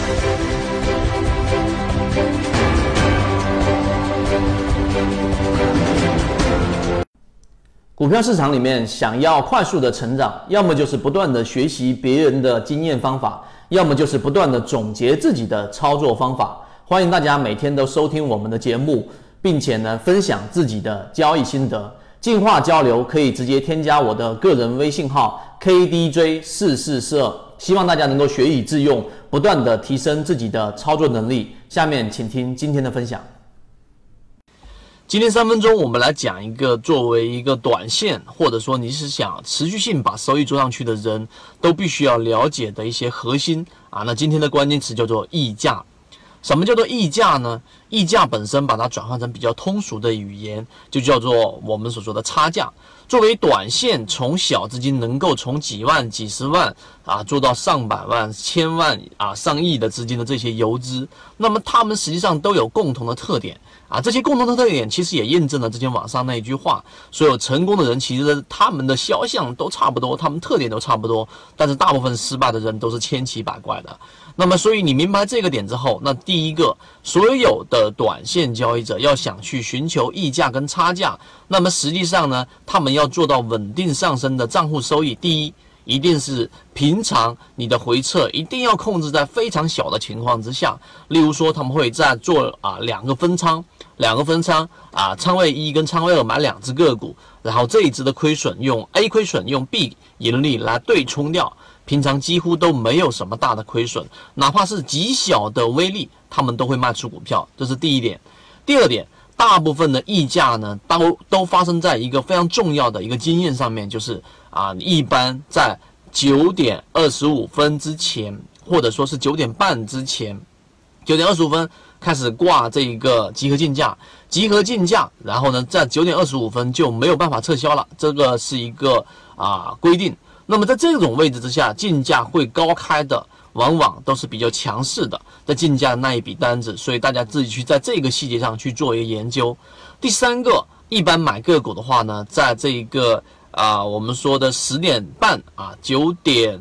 股票市场里面想要快速的成长，要么就是不断的学习别人的经验方法，要么就是不断的总结自己的操作方法。欢迎大家每天都收听我们的节目，并且呢分享自己的交易心得。进化交流可以直接添加我的个人微信号 KDJ4442，希望大家能够学以致用，不断的提升自己的操作能力。下面请听今天的分享。 今天3分钟，我们来讲一个作为一个短线，或者说你是想持续性把收益做上去的人，都必须要了解的一些核心啊。那今天的关键词叫做溢价。什么叫做溢价呢？溢价本身把它转换成比较通俗的语言，就叫做我们所说的差价。作为短线从小资金能够从几万、几十万啊做到上百万、千万啊上亿的资金的这些游资，那么他们实际上都有共同的特点啊。这些共同的特点其实也验证了之前网上那一句话：所有成功的人其实他们的肖像都差不多，他们特点都差不多，但是大部分失败的人都是千奇百怪的。那么所以你明白这个点之后，那第一个，所有的短线交易者要想去寻求溢价跟差价，那么实际上呢，他们要做到稳定上升的账户收益。第一，一定是平常你的回撤一定要控制在非常小的情况之下。例如说他们会在做两个分仓啊，仓位1跟仓位2买2只个股，然后这一只的亏损用 A 亏损用 B 盈利来对冲掉。平常几乎都没有什么大的亏损，哪怕是极小的微利，他们都会卖出股票，这是第一点。第二点，大部分的溢价呢，都发生在一个非常重要的一个经验上面，就是一般在9点25分之前，或者说是9点半之前，9点25分开始挂这一个集合竞价，然后呢，在9点25分就没有办法撤销了，这个是一个规定。那么在这种位置之下，竞价会高开的，往往都是比较强势的，在竞价的那一笔单子，所以大家自己去在这个细节上去做一个研究。第三个，一般买个股的话呢，在这一个我们说的10点半9点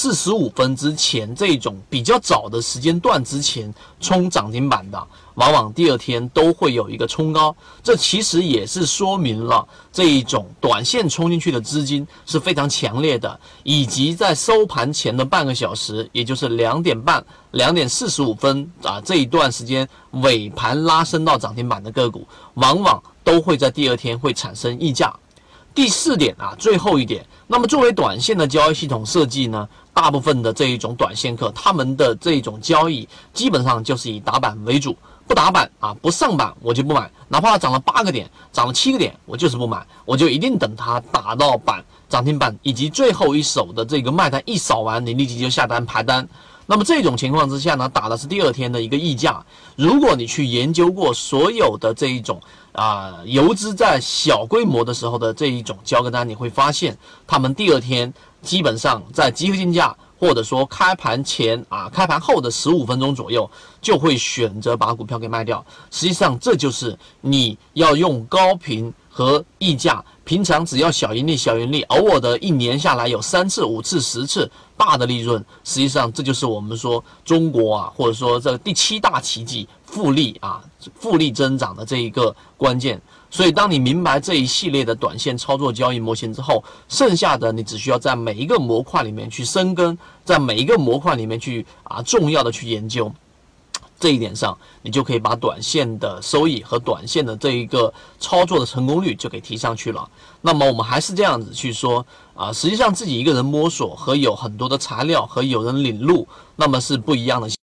45分之前，这种比较早的时间段之前冲涨停板的，往往第二天都会有一个冲高。这其实也是说明了这一种短线冲进去的资金是非常强烈的，以及在收盘前的半个小时，也就是2点半、2点45分这一段时间尾盘拉升到涨停板的个股，往往都会在第二天会产生溢价。第四点最后一点，那么作为短线的交易系统设计呢，大部分的这一种短线客，他们的这一种交易基本上就是以打板为主，不打板不上板我就不买，哪怕涨了8个点，涨了7个点，我就是不买，我就一定等它打到板、涨停板以及最后一手的这个卖单一扫完，你立即就下单排单。那么这种情况之下呢，打的是第二天的一个溢价。如果你去研究过所有的这一种游资在小规模的时候的这一种交割单，你会发现他们第二天基本上在集合竞价或者说开盘前开盘后的15分钟左右就会选择把股票给卖掉。实际上这就是你要用高频和溢价，平常只要小盈利，偶尔的一年下来有3次、5次、10次大的利润，实际上这就是我们说中国或者说这第7大奇迹复利增长的这一个关键。所以当你明白这一系列的短线操作交易模型之后，剩下的你只需要在每一个模块里面去深耕，在每一个模块里面去重要的去研究。这一点上，你就可以把短线的收益和短线的这一个操作的成功率就给提上去了。那么我们还是这样子去说实际上自己一个人摸索和有很多的材料和有人领路，那么是不一样的。